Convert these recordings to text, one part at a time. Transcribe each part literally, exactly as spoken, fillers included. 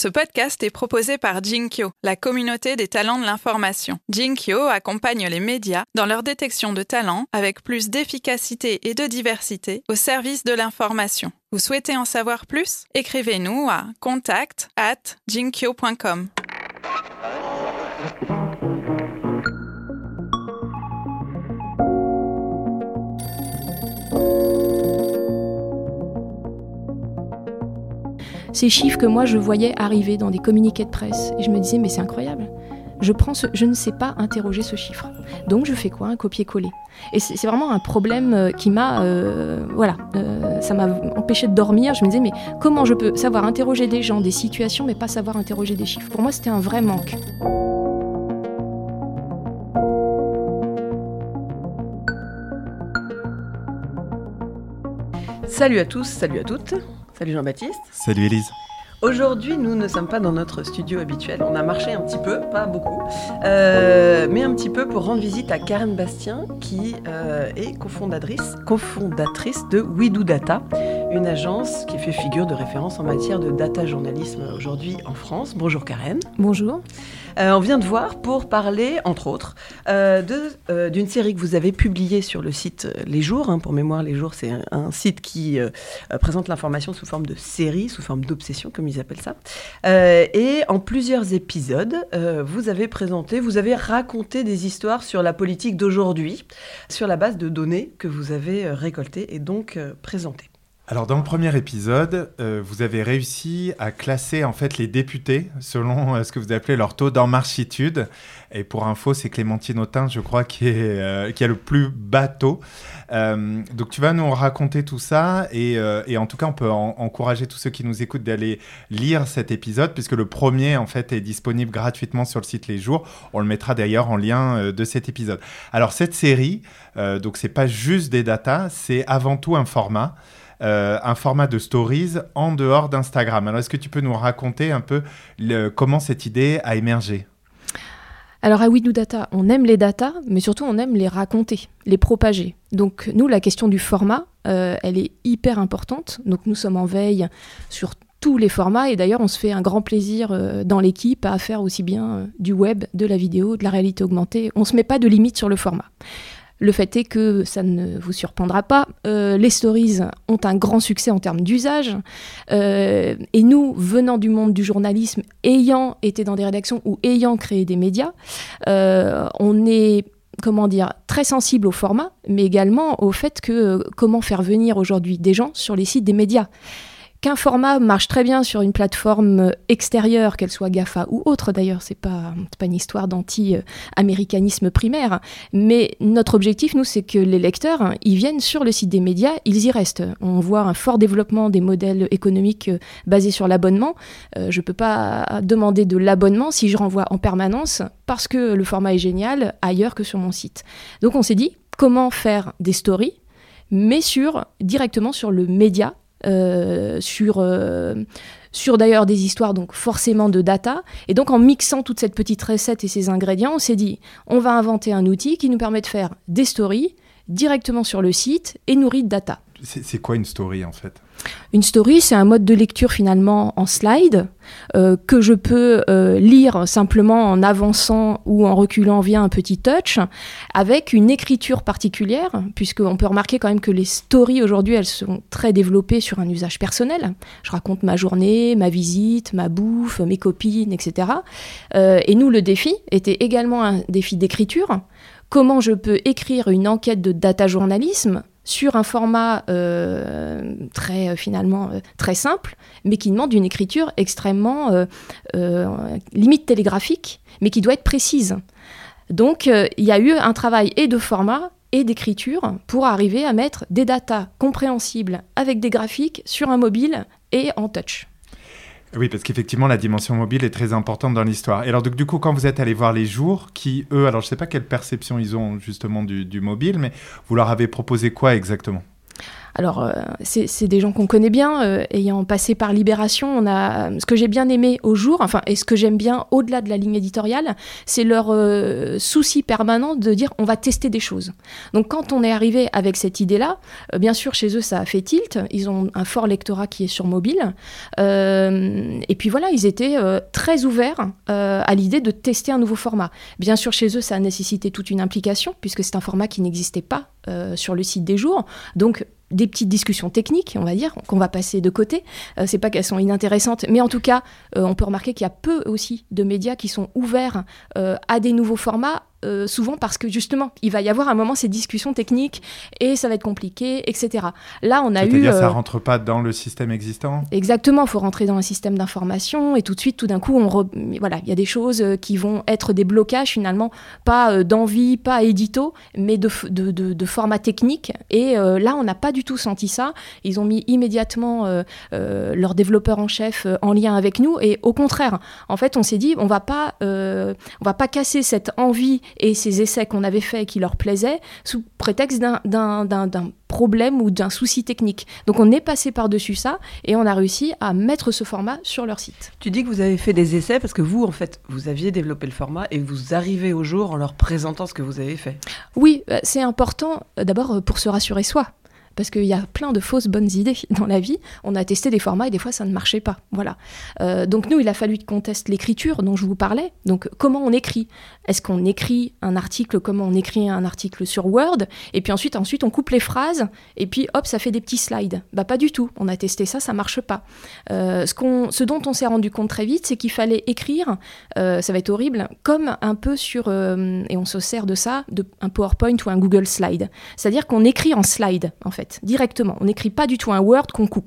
Ce podcast est proposé par Jinkyo, la communauté des talents de l'information. Jinkyo accompagne les médias dans leur détection de talents avec plus d'efficacité et de diversité au service de l'information. Vous souhaitez en savoir plus? Écrivez-nous à contact arobase jinkyo point com. Ces chiffres que moi je voyais arriver dans des communiqués de presse, et je me disais mais c'est incroyable, je, prends ce, je ne sais pas interroger ce chiffre. Donc je fais quoi? Un copier-coller. Et c'est, c'est vraiment un problème qui m'a, euh, voilà, euh, ça m'a empêché de dormir. Je me disais mais comment je peux savoir interroger des gens, des situations, mais pas savoir interroger des chiffres? Pour moi c'était un vrai manque. Salut à tous, salut à toutes. Salut Jean-Baptiste. Salut Élise. Aujourd'hui, nous ne sommes pas dans notre studio habituel. On a marché un petit peu, pas beaucoup, euh, mais un petit peu pour rendre visite à Karen Bastien, qui euh, est cofondatrice, cofondatrice de We Do Data, une agence qui fait figure de référence en matière de data journalisme aujourd'hui en France. Bonjour Karen. Bonjour. Euh, on vient de voir pour parler, entre autres, euh, de, euh, d'une série que vous avez publiée sur le site Les Jours. Hein, pour mémoire, Les Jours, c'est un, un site qui euh, présente l'information sous forme de série, sous forme d'obsession, comme ils appellent ça. Euh, et en plusieurs épisodes, euh, vous avez présenté, vous avez raconté des histoires sur la politique d'aujourd'hui, sur la base de données que vous avez euh, récoltées et donc euh, présentées. Alors dans le premier épisode, euh, vous avez réussi à classer en fait les députés selon euh, ce que vous appelez leur taux d'emmarchitude. Et pour info, c'est Clémentine Autain, je crois, qui, est, euh, qui a le plus bas taux. Euh, donc tu vas nous raconter tout ça et, euh, et en tout cas, on peut en, encourager tous ceux qui nous écoutent d'aller lire cet épisode puisque le premier en fait est disponible gratuitement sur le site Les Jours. On le mettra d'ailleurs en lien euh, de cet épisode. Alors cette série, euh, donc c'est pas juste des datas, c'est avant tout un format. Euh, un format de stories en dehors d'Instagram. Alors, est-ce que tu peux nous raconter un peu le, comment cette idée a émergé ? Alors à We Do Data, on aime les datas, mais surtout on aime les raconter, les propager. Donc nous, la question du format, euh, elle est hyper importante. Donc nous sommes en veille sur tous les formats et d'ailleurs on se fait un grand plaisir euh, dans l'équipe à faire aussi bien euh, du web, de la vidéo, de la réalité augmentée. On ne se met pas de limite sur le format. Le fait est que ça ne vous surprendra pas, euh, les stories ont un grand succès en termes d'usage. Euh, et nous, venant du monde du journalisme, ayant été dans des rédactions ou ayant créé des médias, euh, on est, comment dire, très sensible au format, mais également au fait que euh, comment faire venir aujourd'hui des gens sur les sites des médias. Qu'un format marche très bien sur une plateforme extérieure, qu'elle soit GAFA ou autre d'ailleurs, c'est pas, c'est pas une histoire d'anti-américanisme primaire, mais notre objectif, nous, c'est que les lecteurs, ils viennent sur le site des médias, ils y restent. On voit un fort développement des modèles économiques basés sur l'abonnement. Euh, je peux pas demander de l'abonnement si je renvoie en permanence, parce que le format est génial ailleurs que sur mon site. Donc on s'est dit, comment faire des stories, mais sur, directement sur le média, Euh, sur, euh, sur d'ailleurs des histoires donc forcément de data. Et donc en mixant toute cette petite recette et ces ingrédients, on s'est dit on va inventer un outil qui nous permet de faire des stories directement sur le site et nourri de data. C'est, c'est quoi une story en fait ? Une story, c'est un mode de lecture finalement en slide euh, que je peux euh, lire simplement en avançant ou en reculant via un petit touch avec une écriture particulière, puisqu'on peut remarquer quand même que les stories aujourd'hui, elles sont très développées sur un usage personnel. Je raconte ma journée, ma visite, ma bouffe, mes copines, et cetera. Euh, et nous, le défi était également un défi d'écriture. Comment je peux écrire une enquête de data journalisme sur un format euh, très euh, finalement euh, très simple, mais qui demande une écriture extrêmement euh, euh, limite télégraphique, mais qui doit être précise. Donc il euh, y a eu un travail et de format et d'écriture pour arriver à mettre des datas compréhensibles avec des graphiques sur un mobile et en touch. Oui, parce qu'effectivement, la dimension mobile est très importante dans l'histoire. Et alors, donc, du coup, quand vous êtes allé voir Les Jours, qui, eux, alors je ne sais pas quelle perception ils ont justement du, du mobile, mais vous leur avez proposé quoi exactement ? Alors, euh, c'est, c'est des gens qu'on connaît bien, euh, ayant passé par Libération. On a, ce que j'ai bien aimé au jour, enfin, et ce que j'aime bien au-delà de la ligne éditoriale, c'est leur euh, souci permanent de dire on va tester des choses. Donc, quand on est arrivé avec cette idée-là, euh, bien sûr, chez eux, ça a fait tilt. Ils ont un fort lectorat qui est sur mobile. Euh, et puis voilà, ils étaient euh, très ouverts euh, à l'idée de tester un nouveau format. Bien sûr, chez eux, ça a nécessité toute une implication, puisque c'est un format qui n'existait pas euh, sur le site des jours. Donc, des petites discussions techniques, on va dire, qu'on va passer de côté. Euh, c'est pas qu'elles sont inintéressantes, mais en tout cas, euh, on peut remarquer qu'il y a peu aussi de médias qui sont ouverts euh, à des nouveaux formats, euh, souvent parce que justement, il va y avoir à un moment ces discussions techniques et ça va être compliqué, et cetera. Là, on a C'est-à-dire eu... C'est-à-dire euh, ça rentre pas dans le système existant ? Exactement, il faut rentrer dans un système d'information et tout de suite, tout d'un coup, on re... voilà, il y a des choses qui vont être des blocages finalement, pas euh, d'envie, pas édito, mais de, de, de, de format technique. Et euh, là, on n'a pas du tout senti ça. Ils ont mis immédiatement euh, euh, leur développeur en chef euh, en lien avec nous. Et au contraire, en fait, on s'est dit, on va pas, euh, on va pas casser cette envie et ces essais qu'on avait faits et qui leur plaisaient sous prétexte d'un, d'un, d'un, d'un problème ou d'un souci technique. Donc on est passé par-dessus ça et on a réussi à mettre ce format sur leur site. Tu dis que vous avez fait des essais parce que vous, en fait, vous aviez développé le format et vous arrivez au jour en leur présentant ce que vous avez fait. Oui, c'est important d'abord pour se rassurer soi. Parce qu'il y a plein de fausses bonnes idées dans la vie. On a testé des formats et des fois, ça ne marchait pas. Voilà. Euh, donc nous, il a fallu qu'on teste l'écriture dont je vous parlais. Donc comment on écrit ? Est-ce qu'on écrit un article, comment on écrit un article sur Word ? Et puis ensuite, ensuite, on coupe les phrases et puis hop, ça fait des petits slides. Bah pas du tout. On a testé ça, ça ne marche pas. Euh, ce, qu'on, ce dont on s'est rendu compte très vite, c'est qu'il fallait écrire, euh, ça va être horrible, comme un peu sur, euh, et on se sert de ça, de, un PowerPoint ou un Google Slide. C'est-à-dire qu'on écrit en slide, en fait. Directement. On n'écrit pas du tout un Word qu'on coupe.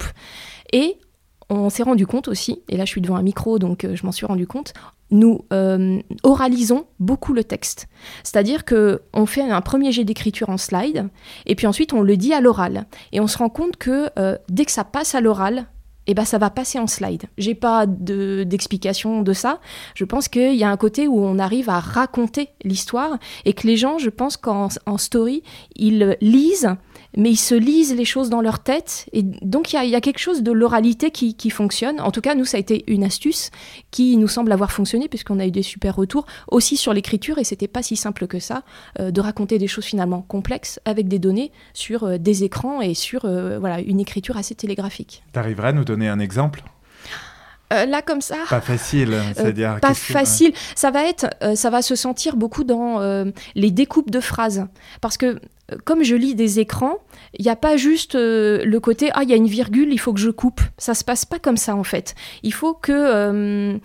Et on s'est rendu compte aussi, et là je suis devant un micro donc euh, je m'en suis rendu compte, nous euh, oralisons beaucoup le texte. C'est-à-dire qu'on fait un premier jet d'écriture en slide, et puis ensuite on le dit à l'oral. Et on se rend compte que euh, dès que ça passe à l'oral, eh ben, ça va passer en slide. J'ai pas de, d'explication de ça. Je pense qu'il y a un côté où on arrive à raconter l'histoire et que les gens, je pense qu'en en story, ils lisent, mais ils se lisent les choses dans leur tête. Et donc, il y a, il y a quelque chose de l'oralité qui, qui fonctionne. En tout cas, nous, ça a été une astuce qui nous semble avoir fonctionné puisqu'on a eu des super retours aussi sur l'écriture et c'était pas si simple que ça euh, de raconter des choses finalement complexes avec des données sur euh, des écrans et sur euh, voilà, une écriture assez télégraphique. T'arriverais à nous donner un exemple ? Euh, là comme ça pas facile, c'est-à-dire euh, pas facile que... ça va être euh, ça va se sentir beaucoup dans euh, les découpes de phrases parce que euh, comme je lis des écrans, il n'y a pas juste euh, le côté ah il y a une virgule, il faut que je coupe. Ça se passe pas comme ça en fait. Il faut que euh,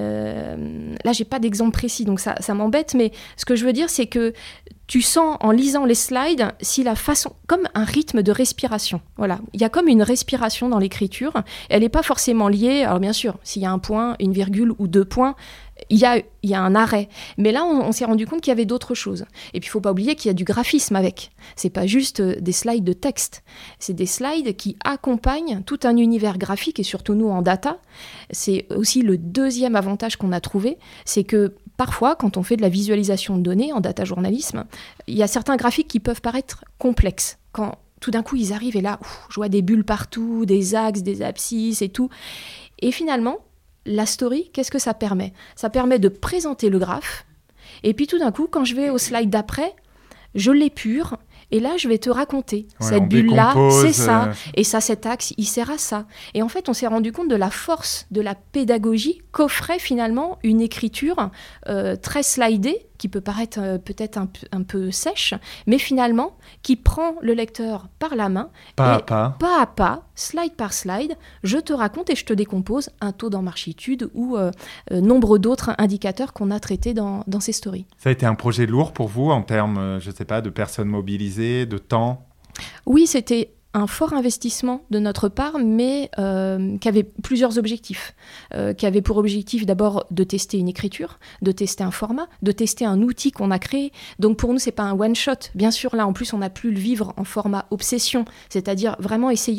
euh, là j'ai pas d'exemple précis donc ça ça m'embête mais ce que je veux dire c'est que tu sens en lisant les slides si la façon, comme un rythme de respiration. Voilà, il y a comme une respiration dans l'écriture. Elle n'est pas forcément liée. Alors bien sûr, s'il y a un point, une virgule ou deux points, il y a, il y a un arrêt. Mais là, on, on s'est rendu compte qu'il y avait d'autres choses. Et puis, il ne faut pas oublier qu'il y a du graphisme avec. Ce n'est pas juste des slides de texte. C'est des slides qui accompagnent tout un univers graphique et surtout nous en data. C'est aussi le deuxième avantage qu'on a trouvé, c'est que parfois, quand on fait de la visualisation de données en data journalisme, il y a certains graphiques qui peuvent paraître complexes. Quand tout d'un coup, ils arrivent et là, ouf, je vois des bulles partout, des axes, des abscisses et tout. Et finalement, la story, qu'est-ce que ça permet ? Ça permet de présenter le graphe. Et puis tout d'un coup, quand je vais au slide d'après, je l'épure. Et là, je vais te raconter. Ouais, cette bulle-là, c'est ça. Euh... Et ça, cet axe, il sert à ça. Et en fait, on s'est rendu compte de la force de la pédagogie qu'offrait finalement une écriture euh, très slidée, qui peut paraître euh, peut-être un, un peu sèche, mais finalement, qui prend le lecteur par la main. Pas et à pas. Pas à pas, slide par slide, je te raconte et je te décompose un taux dans Marchitude ou euh, euh, nombre d'autres indicateurs qu'on a traités dans, dans ces stories. Ça a été un projet lourd pour vous en termes, je ne sais pas, de personnes mobilisées, de temps ? Oui, c'était un fort investissement de notre part, mais euh, qui avait plusieurs objectifs. Euh, qui avait pour objectif d'abord de tester une écriture, de tester un format, de tester un outil qu'on a créé. Donc pour nous, c'est pas un one-shot. Bien sûr, là, en plus, on a pu le vivre en format obsession, c'est-à-dire vraiment essayer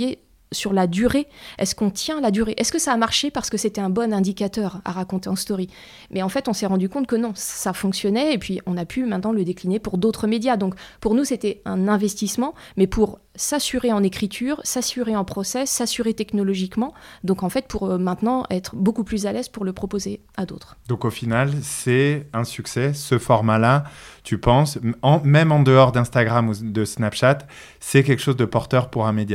sur la durée. Est-ce qu'on tient la durée ? Est-ce que ça a marché parce que c'était un bon indicateur à raconter en story ? Mais en fait, on s'est rendu compte que non, ça fonctionnait et puis on a pu maintenant le décliner pour d'autres médias. Donc pour nous, c'était un investissement, mais pour s'assurer en écriture, s'assurer en process, s'assurer technologiquement. Donc en fait, pour euh, maintenant être beaucoup plus à l'aise pour le proposer à d'autres. Donc au final, c'est un succès, ce format-là, tu penses, en, même en dehors d'Instagram ou de Snapchat, c'est quelque chose de porteur pour un média ?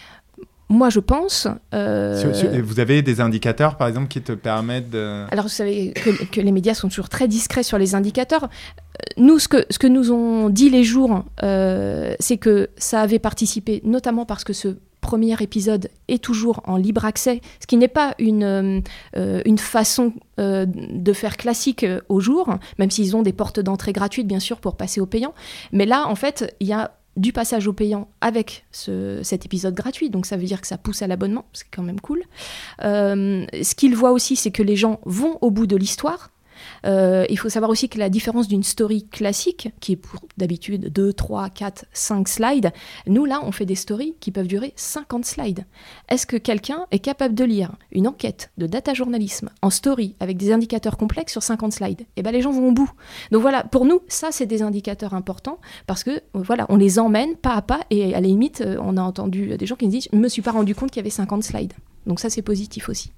Moi, je pense... Euh... Sur, sur, vous avez des indicateurs, par exemple, qui te permettent de... Alors, vous savez que, que les médias sont toujours très discrets sur les indicateurs. Nous, ce que, ce que nous ont dit les jours, euh, c'est que ça avait participé, notamment parce que ce premier épisode est toujours en libre accès, ce qui n'est pas une, euh, une façon euh, de faire classique euh, au jour, même s'ils ont des portes d'entrée gratuites, bien sûr, pour passer au payant. Mais là, en fait, il y a du passage au payant avec ce, cet épisode gratuit, donc ça veut dire que ça pousse à l'abonnement, c'est quand même cool. Euh, ce qu'ils voient aussi, c'est que les gens vont au bout de l'histoire. Euh, il faut savoir aussi que la différence d'une story classique, qui est pour d'habitude deux, trois, quatre, cinq slides, nous là on fait des stories qui peuvent durer cinquante slides. Est-ce que quelqu'un est capable de lire une enquête de data journalisme en story avec des indicateurs complexes sur cinquante slides ? Eh bien les gens vont au bout. Donc voilà, pour nous, ça c'est des indicateurs importants parce que voilà, on les emmène pas à pas et à la limite, on a entendu des gens qui nous disent « je ne me suis pas rendu compte qu'il y avait cinquante slides ». Donc ça c'est positif aussi.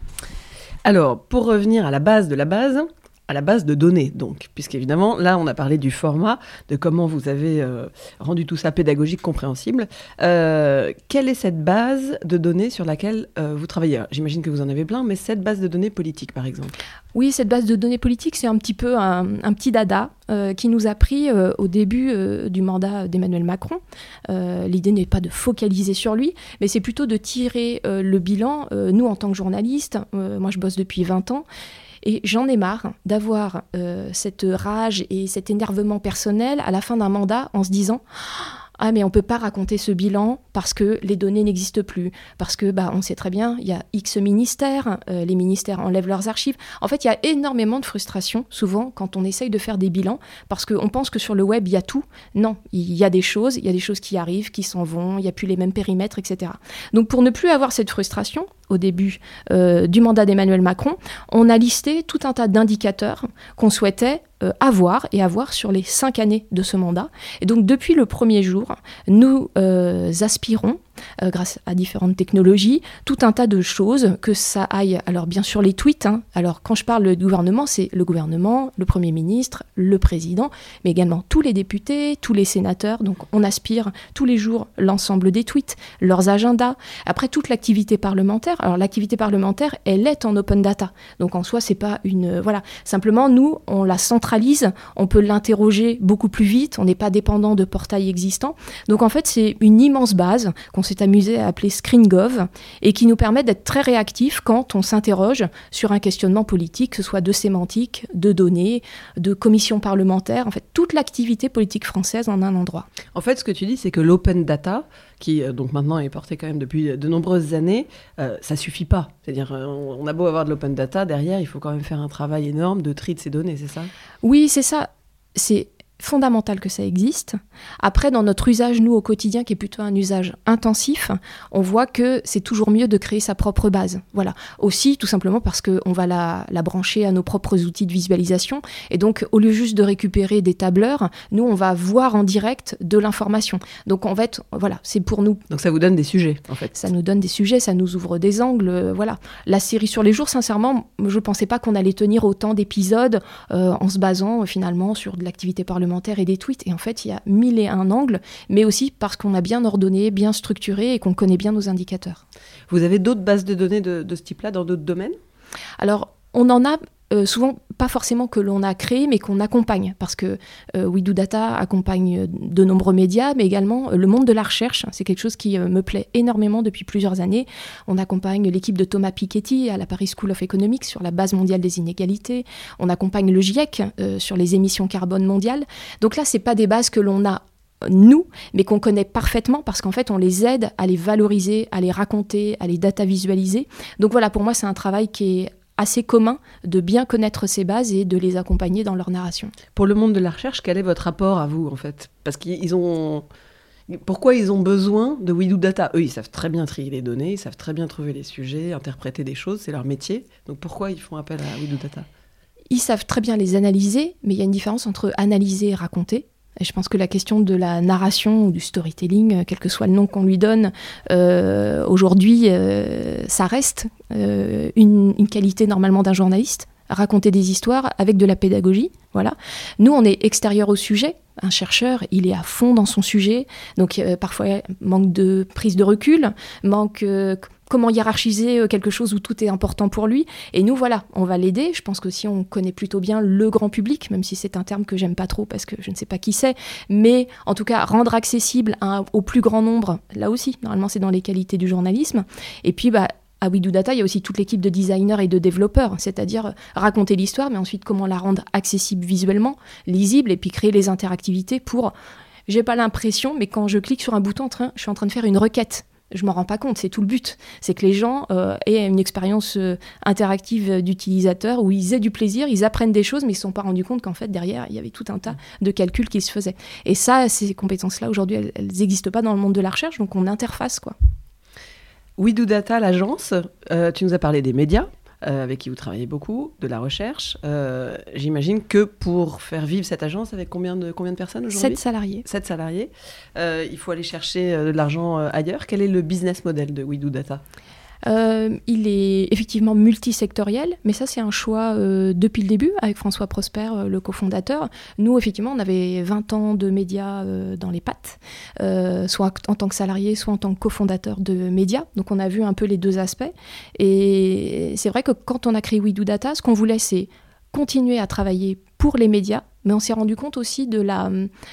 Alors, pour revenir à la base de la base, à la base de données, donc, puisqu'évidemment, là, on a parlé du format, de comment vous avez euh, rendu tout ça pédagogique, compréhensible. Euh, quelle est cette base de données sur laquelle euh, vous travaillez ? J'imagine que vous en avez plein, mais cette base de données politique, par exemple. Oui, cette base de données politique, c'est un petit peu un, un petit dada euh, qui nous a pris euh, au début euh, du mandat d'Emmanuel Macron. Euh, l'idée n'est pas de focaliser sur lui, mais c'est plutôt de tirer euh, le bilan. Euh, nous, en tant que journalistes, euh, moi je bosse depuis vingt ans, et j'en ai marre d'avoir euh, cette rage et cet énervement personnel à la fin d'un mandat en se disant « Ah, mais on ne peut pas raconter ce bilan parce que les données n'existent plus. Parce que, bah, on sait très bien, il y a X ministères, euh, les ministères enlèvent leurs archives. » En fait, il y a énormément de frustration, souvent, quand on essaye de faire des bilans, parce qu'on pense que sur le web, il y a tout. Non, il y a des choses, il y a des choses qui arrivent, qui s'en vont, il n'y a plus les mêmes périmètres, et cetera. Donc, pour ne plus avoir cette frustration, au début euh, du mandat d'Emmanuel Macron, on a listé tout un tas d'indicateurs qu'on souhaitait euh, avoir et avoir sur les cinq années de ce mandat. Et donc, depuis le premier jour, nous euh, aspirons, euh, grâce à différentes technologies, tout un tas de choses, que ça aille, alors bien sûr les tweets, hein. Alors quand je parle du gouvernement, c'est le gouvernement, le Premier ministre, le président, mais également tous les députés, tous les sénateurs. Donc on aspire tous les jours l'ensemble des tweets, leurs agendas, après toute l'activité parlementaire. Alors l'activité parlementaire, elle est en open data, donc en soi c'est pas une... Voilà, simplement nous, on la centralise, on peut l'interroger beaucoup plus vite, on n'est pas dépendant de portails existants. Donc en fait c'est une immense base qu'on s'est amusé à appeler ScreenGov et qui nous permet d'être très réactifs quand on s'interroge sur un questionnement politique, que ce soit de sémantique, de données, de commission parlementaire, en fait toute l'activité politique française en un endroit. En fait, ce que tu dis, c'est que l'open data, qui euh, donc maintenant est porté quand même depuis de nombreuses années, euh, ça suffit pas. C'est-à-dire, euh, on a beau avoir de l'open data, derrière, il faut quand même faire un travail énorme de tri de ces données, c'est ça ? Oui, c'est ça. C'est fondamental que ça existe. Après, dans notre usage, nous, au quotidien, qui est plutôt un usage intensif, on voit que c'est toujours mieux de créer sa propre base. Voilà. Aussi, tout simplement parce qu'on va la, la brancher à nos propres outils de visualisation. Et donc, au lieu juste de récupérer des tableurs, nous, on va voir en direct de l'information. Donc, en fait, voilà, c'est pour nous. Donc, ça vous donne des sujets, en fait. Ça nous donne des sujets, ça nous ouvre des angles. Euh, voilà. La série sur les jours, sincèrement, je ne pensais pas qu'on allait tenir autant d'épisodes euh, en se basant, euh, finalement, sur de l'activité parlementaire et des tweets, et en fait il y a mille et un angles, mais aussi parce qu'on a bien ordonné, bien structuré et qu'on connaît bien nos indicateurs. Vous avez d'autres bases de données de, de ce type-là dans d'autres domaines ? Alors on en a euh, souvent pas forcément que l'on a créé, mais qu'on accompagne, parce que euh, We Do Data accompagne de nombreux médias, mais également euh, le monde de la recherche. C'est quelque chose qui euh, me plaît énormément depuis plusieurs années. On accompagne l'équipe de Thomas Piketty à la Paris School of Economics sur la base mondiale des inégalités. On accompagne le GIEC euh, sur les émissions carbone mondiales. Donc là, c'est pas des bases que l'on a nous, mais qu'on connaît parfaitement parce qu'en fait, on les aide à les valoriser, à les raconter, à les data visualiser. Donc voilà, pour moi, c'est un travail qui est assez commun de bien connaître ces bases et de les accompagner dans leur narration. Pour le monde de la recherche, quel est votre rapport à vous, en fait ? Parce qu'ils ont... Pourquoi ils ont besoin de We Do Data ? Eux, ils savent très bien trier les données, ils savent très bien trouver les sujets, interpréter des choses, c'est leur métier. Donc pourquoi ils font appel à We Do Data ? Ils savent très bien les analyser, mais il y a une différence entre analyser et raconter. Et je pense que la question de la narration ou du storytelling, quel que soit le nom qu'on lui donne, euh, aujourd'hui, euh, ça reste euh, une, une qualité normalement d'un journaliste. Raconter des histoires avec de la pédagogie, voilà. Nous, on est extérieur au sujet. Un chercheur, il est à fond dans son sujet. Donc, euh, parfois, manque de prise de recul, manque... Euh, comment hiérarchiser quelque chose où tout est important pour lui. Et nous, voilà, on va l'aider. Je pense que si on connaît plutôt bien le grand public, même si c'est un terme que j'aime pas trop parce que je ne sais pas qui c'est, mais en tout cas, rendre accessible à, au plus grand nombre, là aussi, normalement, c'est dans les qualités du journalisme. Et puis, bah, à We Do Data, il y a aussi toute l'équipe de designers et de développeurs, c'est-à-dire raconter l'histoire, mais ensuite comment la rendre accessible visuellement, lisible, et puis créer les interactivités pour... J'ai pas l'impression, mais quand je clique sur un bouton, en train, je suis en train de faire une requête. Je m'en rends pas compte, c'est tout le but. C'est que les gens euh, aient une expérience euh, interactive d'utilisateur où ils aient du plaisir, ils apprennent des choses, mais ils ne se sont pas rendus compte qu'en fait, derrière, il y avait tout un tas de calculs qui se faisaient. Et ça, ces compétences-là, aujourd'hui, elles n'existent pas dans le monde de la recherche, donc on interface, quoi. We Do Data, l'agence, euh, tu nous as parlé des médias, euh, avec qui vous travaillez beaucoup, de la recherche. Euh, j'imagine que pour faire vivre cette agence, avec combien de, combien de personnes aujourd'hui ? Sept salariés. Sept salariés. Euh, il faut aller chercher euh, de l'argent euh, ailleurs. Quel est le business model de We Do Data ? Euh, il est effectivement multisectoriel, mais ça c'est un choix euh, depuis le début avec François Prosper, euh, le cofondateur. Nous effectivement on avait vingt ans de médias euh, dans les pattes, euh, soit en tant que salarié, soit en tant que cofondateur de médias. Donc on a vu un peu les deux aspects. Et c'est vrai que quand on a créé We Do Data, ce qu'on voulait c'est continuer à travailler pour les médias, mais on s'est rendu compte aussi de la...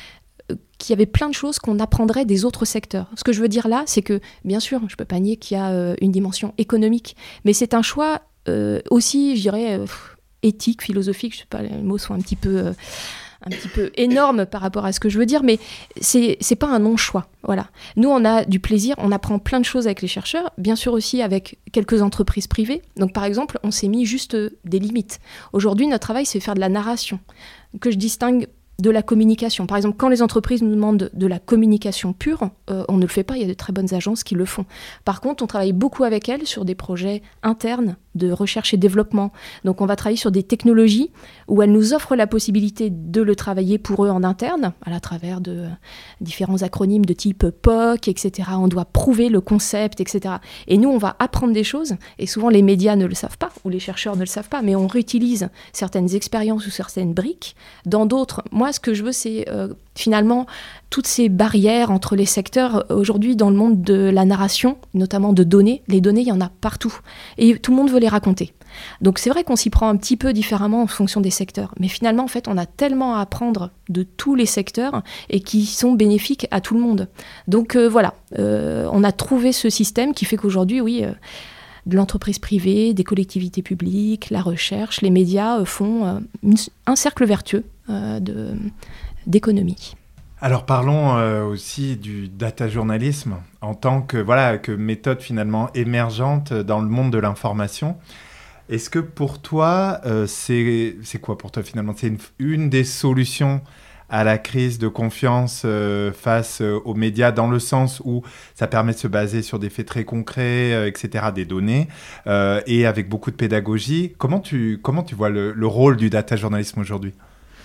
qu'il y avait plein de choses qu'on apprendrait des autres secteurs. Ce que je veux dire là, c'est que, bien sûr, je ne peux pas nier qu'il y a euh, une dimension économique, mais c'est un choix euh, aussi, je dirais, euh, éthique, philosophique, je ne sais pas, les mots sont un petit peu... Euh, un petit peu énorme par rapport à ce que je veux dire, mais c'est, c'est pas un non-choix. Voilà. Nous, on a du plaisir, on apprend plein de choses avec les chercheurs, bien sûr aussi avec quelques entreprises privées. Donc, par exemple, on s'est mis juste des limites. Aujourd'hui, notre travail, c'est faire de la narration, que je distingue de la communication. Par exemple, quand les entreprises nous demandent de la communication pure, euh, on ne le fait pas, il y a de très bonnes agences qui le font. Par contre, on travaille beaucoup avec elles sur des projets internes de recherche et développement. Donc on va travailler sur des technologies où elles nous offrent la possibilité de le travailler pour eux en interne, à travers de euh, différents acronymes de type P O C, et cetera. On doit prouver le concept, et cetera. Et nous, on va apprendre des choses, et souvent les médias ne le savent pas, ou les chercheurs ne le savent pas, mais on réutilise certaines expériences ou certaines briques dans d'autres. Moi, ce que je veux, c'est euh, finalement toutes ces barrières entre les secteurs. Aujourd'hui, dans le monde de la narration, notamment de données, les données, il y en a partout. Et tout le monde veut les raconter. Donc c'est vrai qu'on s'y prend un petit peu différemment en fonction des secteurs. Mais finalement, en fait, on a tellement à apprendre de tous les secteurs et qui sont bénéfiques à tout le monde. Donc euh, voilà, euh, on a trouvé ce système qui fait qu'aujourd'hui, oui... Euh, de l'entreprise privée, des collectivités publiques, la recherche, les médias euh, font euh, une, un cercle vertueux euh, de, d'économie. Alors parlons euh, aussi du data journalisme en tant que, voilà, que méthode finalement émergente dans le monde de l'information. Est-ce que pour toi, euh, c'est, c'est quoi pour toi finalement ? C'est une, une des solutions à la crise de confiance euh, face euh, aux médias, dans le sens où ça permet de se baser sur des faits très concrets, euh, et cetera, des données, euh, et avec beaucoup de pédagogie. Comment tu, comment tu vois le, le rôle du data journalisme aujourd'hui ?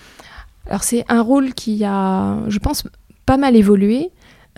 Alors c'est un rôle qui a, je pense, pas mal évolué.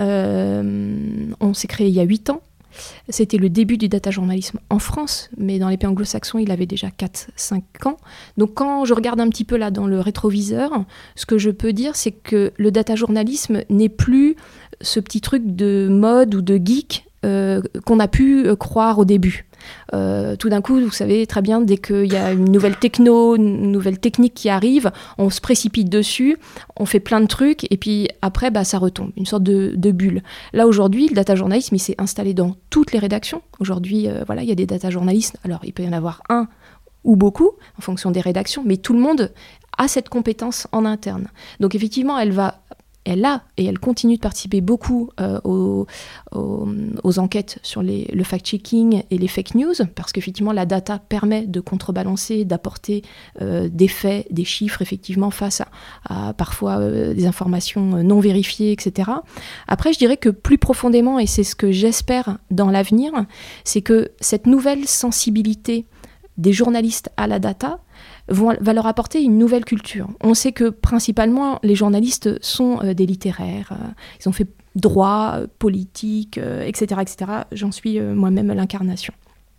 Euh, on s'est créé il y a huit ans. C'était le début du data journalisme en France, mais dans les pays anglo-saxons, il avait déjà quatre cinq ans. Donc quand je regarde un petit peu là dans le rétroviseur, ce que je peux dire, c'est que le data journalisme n'est plus ce petit truc de mode ou de geek euh, qu'on a pu croire au début. Euh, tout d'un coup, vous savez très bien, dès qu'il y a une nouvelle techno, une nouvelle technique qui arrive, on se précipite dessus, on fait plein de trucs, et puis après, bah, ça retombe, une sorte de, de bulle. Là, aujourd'hui, le data journalisme, il s'est installé dans toutes les rédactions. Aujourd'hui, euh, voilà, il y a des data journalistes. Alors, il peut y en avoir un ou beaucoup, en fonction des rédactions, mais tout le monde a cette compétence en interne. Donc, effectivement, elle va elle a et elle continue de participer beaucoup euh, aux, aux, aux enquêtes sur les, le fact-checking et les fake news, parce qu'effectivement la data permet de contrebalancer, d'apporter euh, des faits, des chiffres effectivement face à, à parfois euh, des informations non vérifiées, et cetera. Après, je dirais que plus profondément, et c'est ce que j'espère dans l'avenir, c'est que cette nouvelle sensibilité des journalistes à la data vont, va leur apporter une nouvelle culture. On sait que principalement les journalistes sont euh, des littéraires, euh, ils ont fait droit, euh, politique, euh, et cetera, et cetera. J'en suis euh, moi-même l'incarnation.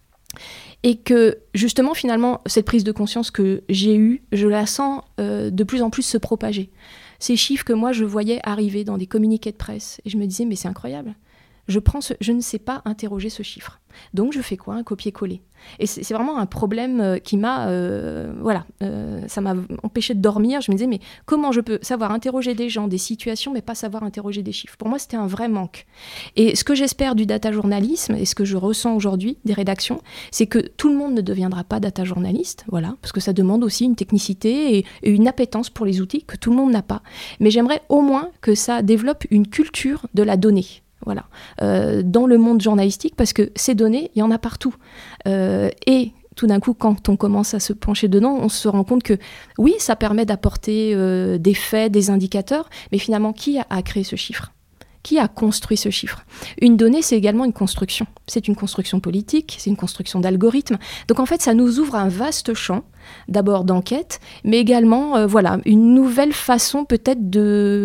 Et que justement, finalement, cette prise de conscience que j'ai eue, je la sens euh, de plus en plus se propager. Ces chiffres que moi je voyais arriver dans des communiqués de presse, et je me disais, mais c'est incroyable. Je, prends ce, je ne sais pas interroger ce chiffre. Donc je fais quoi? Un copier-coller. Et c'est, c'est vraiment un problème qui m'a... Euh, voilà, euh, ça m'a empêché de dormir. Je me disais, mais comment je peux savoir interroger des gens, des situations, mais pas savoir interroger des chiffres? Pour moi, c'était un vrai manque. Et ce que j'espère du data journalisme, et ce que je ressens aujourd'hui des rédactions, c'est que tout le monde ne deviendra pas data journaliste, voilà, parce que ça demande aussi une technicité et, et une appétence pour les outils que tout le monde n'a pas. Mais j'aimerais au moins que ça développe une culture de la donnée. Voilà, euh, dans le monde journalistique, parce que ces données, il y en a partout. Euh, et tout d'un coup, quand on commence à se pencher dedans, on se rend compte que oui, ça permet d'apporter euh, des faits, des indicateurs, mais finalement, qui a, a créé ce chiffre ? Qui a construit ce chiffre? Une donnée, c'est également une construction. C'est une construction politique, c'est une construction d'algorithmes. Donc en fait, ça nous ouvre un vaste champ, d'abord d'enquête, mais également euh, voilà, une nouvelle façon peut-être de,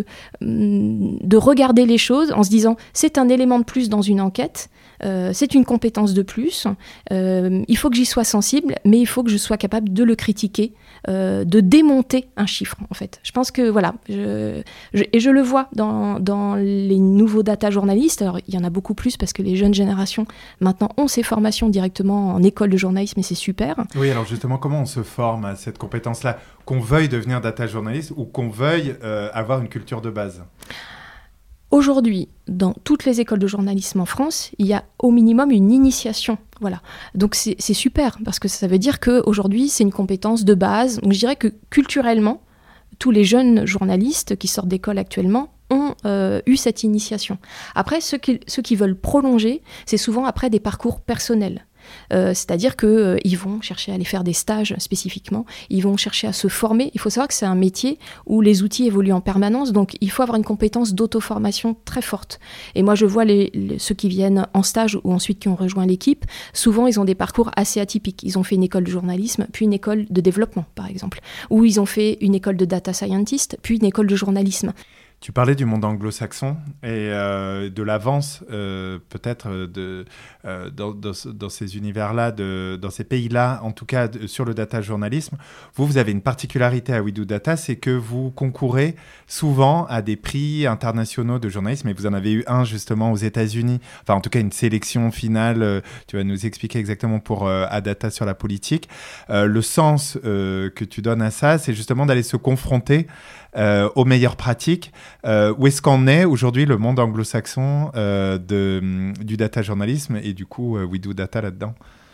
de regarder les choses en se disant c'est un élément de plus dans une enquête, euh, c'est une compétence de plus, euh, il faut que j'y sois sensible, mais il faut que je sois capable de le critiquer, euh, de démonter un chiffre en fait. Je pense que voilà, je, je, et je le vois dans, dans les nouveaux data journalistes. Alors il y en a beaucoup plus parce que les jeunes générations maintenant ont ces formations directement en école de journalisme et c'est super. Oui, alors justement, comment on se forme à cette compétence-là, qu'on veuille devenir data journaliste ou qu'on veuille euh, avoir une culture de base? Aujourd'hui, dans toutes les écoles de journalisme en France, il y a au minimum une initiation. Voilà. Donc c'est, c'est super, parce que ça veut dire qu'aujourd'hui, c'est une compétence de base. Donc je dirais que culturellement, tous les jeunes journalistes qui sortent d'école actuellement ont euh, eu cette initiation. Après, ceux qui, ceux qui veulent prolonger, c'est souvent après des parcours personnels. Euh, c'est-à-dire qu'ils euh, vont chercher à aller faire des stages spécifiquement, ils vont chercher à se former. Il faut savoir que c'est un métier où les outils évoluent en permanence, donc il faut avoir une compétence d'auto-formation très forte. Et moi, je vois les, les, ceux qui viennent en stage ou ensuite qui ont rejoint l'équipe, souvent ils ont des parcours assez atypiques. Ils ont fait une école de journalisme, puis une école de développement, par exemple, ou ils ont fait une école de data scientist, puis une école de journalisme. Tu parlais du monde anglo-saxon et euh, de l'avance euh, peut-être de, euh, dans, dans, dans ces univers-là, de, dans ces pays-là, en tout cas de, sur le data journalisme. Vous, vous avez une particularité à We Do Data, c'est que vous concourez souvent à des prix internationaux de journalisme, et vous en avez eu un justement aux États-Unis, enfin en tout cas une sélection finale, euh, tu vas nous expliquer exactement pour euh, Adata sur la politique. Euh, le sens euh, que tu donnes à ça, c'est justement d'aller se confronter Euh, aux meilleures pratiques. Euh, où est-ce qu'en est aujourd'hui le monde anglo-saxon euh, de, du data journalisme et du coup euh, We Do Data là-dedans?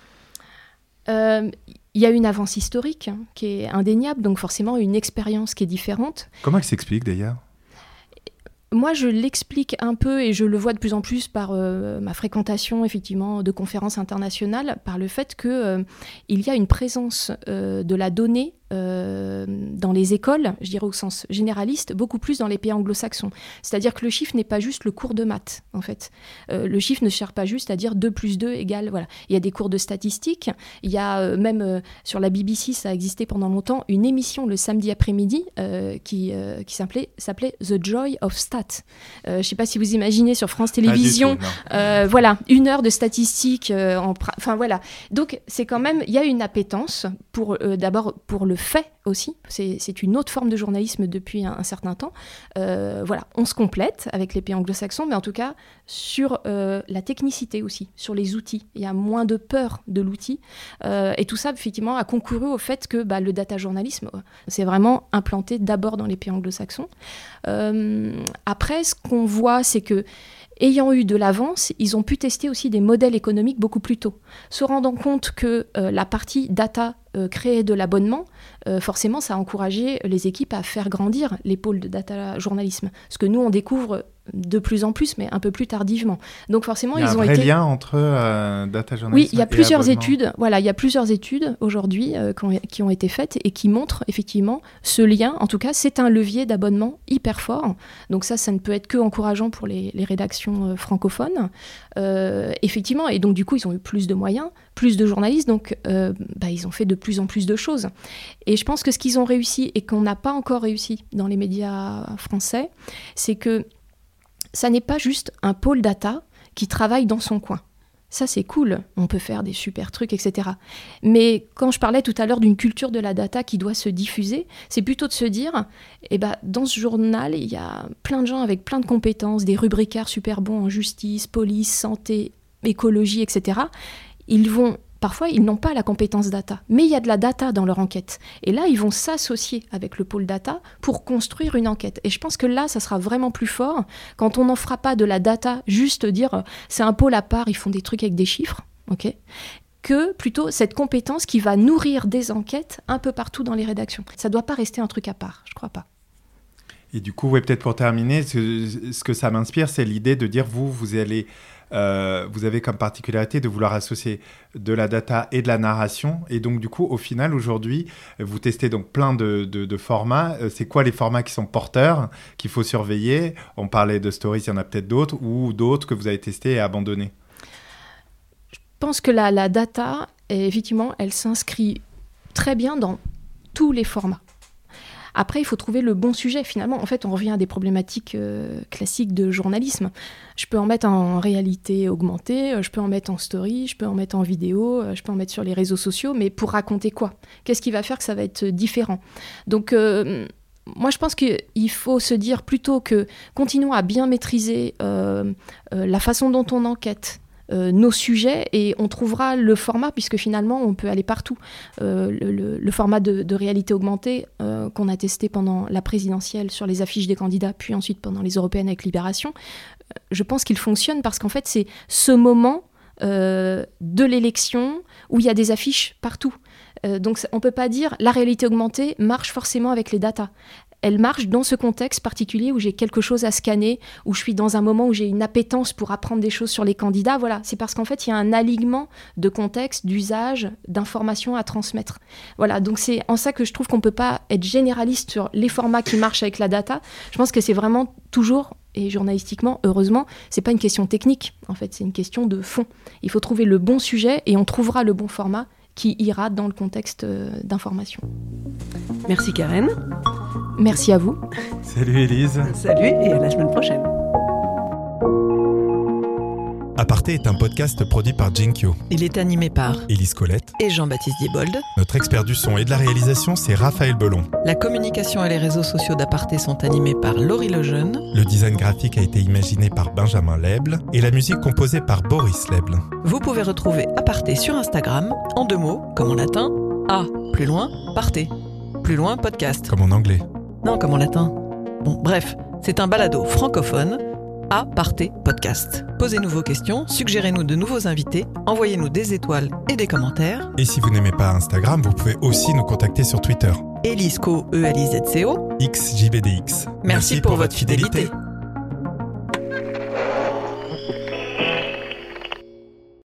Il euh, y a une avance historique hein, qui est indéniable, donc forcément une expérience qui est différente. Comment elle s'explique d'ailleurs? Moi, je l'explique un peu et je le vois de plus en plus par euh, ma fréquentation effectivement de conférences internationales, par le fait qu'il euh, y a une présence euh, de la donnée euh, dans les écoles, je dirais au sens généraliste, beaucoup plus dans les pays anglo-saxons. C'est-à-dire que le chiffre n'est pas juste le cours de maths, en fait. Euh, le chiffre ne sert pas juste à dire deux plus deux égale... Voilà. Il y a des cours de statistiques, il y a euh, même euh, sur la B B C, ça a existé pendant longtemps, une émission le samedi après-midi euh, qui, euh, qui s'appelait, s'appelait The Joy of Stats. Euh, je ne sais pas si vous imaginez sur France Télévisions, euh, voilà, une heure de statistiques, euh, en pra... enfin voilà. Donc c'est quand même, il y a une appétence pour euh, d'abord pour le fait aussi. C'est, c'est une autre forme de journalisme depuis un, un certain temps. Euh, voilà, on se complète avec les pays anglo-saxons, mais en tout cas sur euh, la technicité aussi, sur les outils. Il y a moins de peur de l'outil, euh, et tout ça effectivement a concouru au fait que bah, le data journalisme, c'est vraiment implanté d'abord dans les pays anglo-saxons. Euh, après, ce qu'on voit, c'est que ayant eu de l'avance, ils ont pu tester aussi des modèles économiques beaucoup plus tôt, se rendant compte que euh, la partie data euh, créer de l'abonnement, euh, forcément, ça a encouragé les équipes à faire grandir les pôles de data journalisme. Ce que nous, on découvre de plus en plus, mais un peu plus tardivement. Donc forcément, ils ont été... Il y a un vrai lien entre euh, data journalisme Oui, il y a et plusieurs abonnement. études. Voilà, il y a plusieurs études aujourd'hui euh, qui, ont, qui ont été faites et qui montrent effectivement ce lien. En tout cas, c'est un levier d'abonnement hyper fort. Donc ça, ça ne peut être que encourageant pour les, les rédactions euh, francophones. Euh, effectivement, et donc du coup, ils ont eu plus de moyens, plus de journalistes, donc euh, bah, ils ont fait de plus en plus de choses. Et je pense que ce qu'ils ont réussi et qu'on n'a pas encore réussi dans les médias français, c'est que ça n'est pas juste un pôle data qui travaille dans son coin. Ça, c'est cool, on peut faire des super trucs, et cetera. Mais quand je parlais tout à l'heure d'une culture de la data qui doit se diffuser, c'est plutôt de se dire, eh ben, dans ce journal, il y a plein de gens avec plein de compétences, des rubricaires super bons en justice, police, santé, écologie, et cetera. Ils vont... Parfois, ils n'ont pas la compétence data, mais il y a de la data dans leur enquête. Et là, ils vont s'associer avec le pôle data pour construire une enquête. Et je pense que là, ça sera vraiment plus fort quand on n'en fera pas de la data, juste dire euh, c'est un pôle à part, ils font des trucs avec des chiffres, ok, que plutôt cette compétence qui va nourrir des enquêtes un peu partout dans les rédactions. Ça ne doit pas rester un truc à part, je ne crois pas. Et du coup, ouais, peut-être pour terminer, ce, ce que ça m'inspire, c'est l'idée de dire, vous, vous allez... Euh, vous avez comme particularité de vouloir associer de la data et de la narration. Et donc, du coup, au final, aujourd'hui, vous testez donc plein de, de, de formats. Euh, c'est quoi les formats qui sont porteurs, qu'il faut surveiller ? On parlait de stories, il y en a peut-être d'autres, ou d'autres que vous avez testés et abandonnés. Je pense que la, la data, effectivement, elle s'inscrit très bien dans tous les formats. Après, il faut trouver le bon sujet. Finalement, en fait, on revient à des problématiques euh, classiques de journalisme. Je peux en mettre en réalité augmentée, je peux en mettre en story, je peux en mettre en vidéo, je peux en mettre sur les réseaux sociaux, mais pour raconter quoi ? Qu'est-ce qui va faire que ça va être différent ? Donc, euh, moi, je pense qu'il faut se dire plutôt que continuons à bien maîtriser euh, euh, la façon dont on enquête, Euh, nos sujets, et on trouvera le format, puisque finalement on peut aller partout. Euh, le, le, le format de, de réalité augmentée euh, qu'on a testé pendant la présidentielle sur les affiches des candidats, puis ensuite pendant les européennes avec Libération, euh, je pense qu'il fonctionne parce qu'en fait c'est ce moment euh, de l'élection où il y a des affiches partout. Euh, donc on ne peut pas dire la réalité augmentée marche forcément avec les datas. Elle marche dans ce contexte particulier où j'ai quelque chose à scanner, où je suis dans un moment où j'ai une appétence pour apprendre des choses sur les candidats. Voilà, c'est parce qu'en fait, il y a un alignement de contexte, d'usage, d'informations à transmettre. Voilà, donc c'est en ça que je trouve qu'on ne peut pas être généraliste sur les formats qui marchent avec la data. Je pense que c'est vraiment toujours, et journalistiquement, heureusement, c'est pas une question technique, en fait, c'est une question de fond. Il faut trouver le bon sujet et on trouvera le bon format qui ira dans le contexte d'information. Merci Karen. Merci à vous. Salut Élise. Salut et à la semaine prochaine. Aparté est un podcast produit par Jinkyo. Il est animé par Élise Colette et Jean-Baptiste Diebold. Notre expert du son et de la réalisation, c'est Raphaël Belon. La communication et les réseaux sociaux d'Aparté sont animés par Laurie Lejeune. Le design graphique a été imaginé par Benjamin Leble et la musique composée par Boris Leble. Vous pouvez retrouver Aparté sur Instagram, en deux mots, comme en latin, A, plus loin, Parté. Plus loin, podcast. Comme en anglais. Non, comme en latin. Bon, bref, c'est un balado francophone, Aparté podcast. Posez-nous vos questions, suggérez-nous de nouveaux invités, envoyez-nous des étoiles et des commentaires. Et si vous n'aimez pas Instagram, vous pouvez aussi nous contacter sur Twitter. Elisco, E L I Z C O. X J B D X. Merci, Merci pour, pour votre fidélité. fidélité.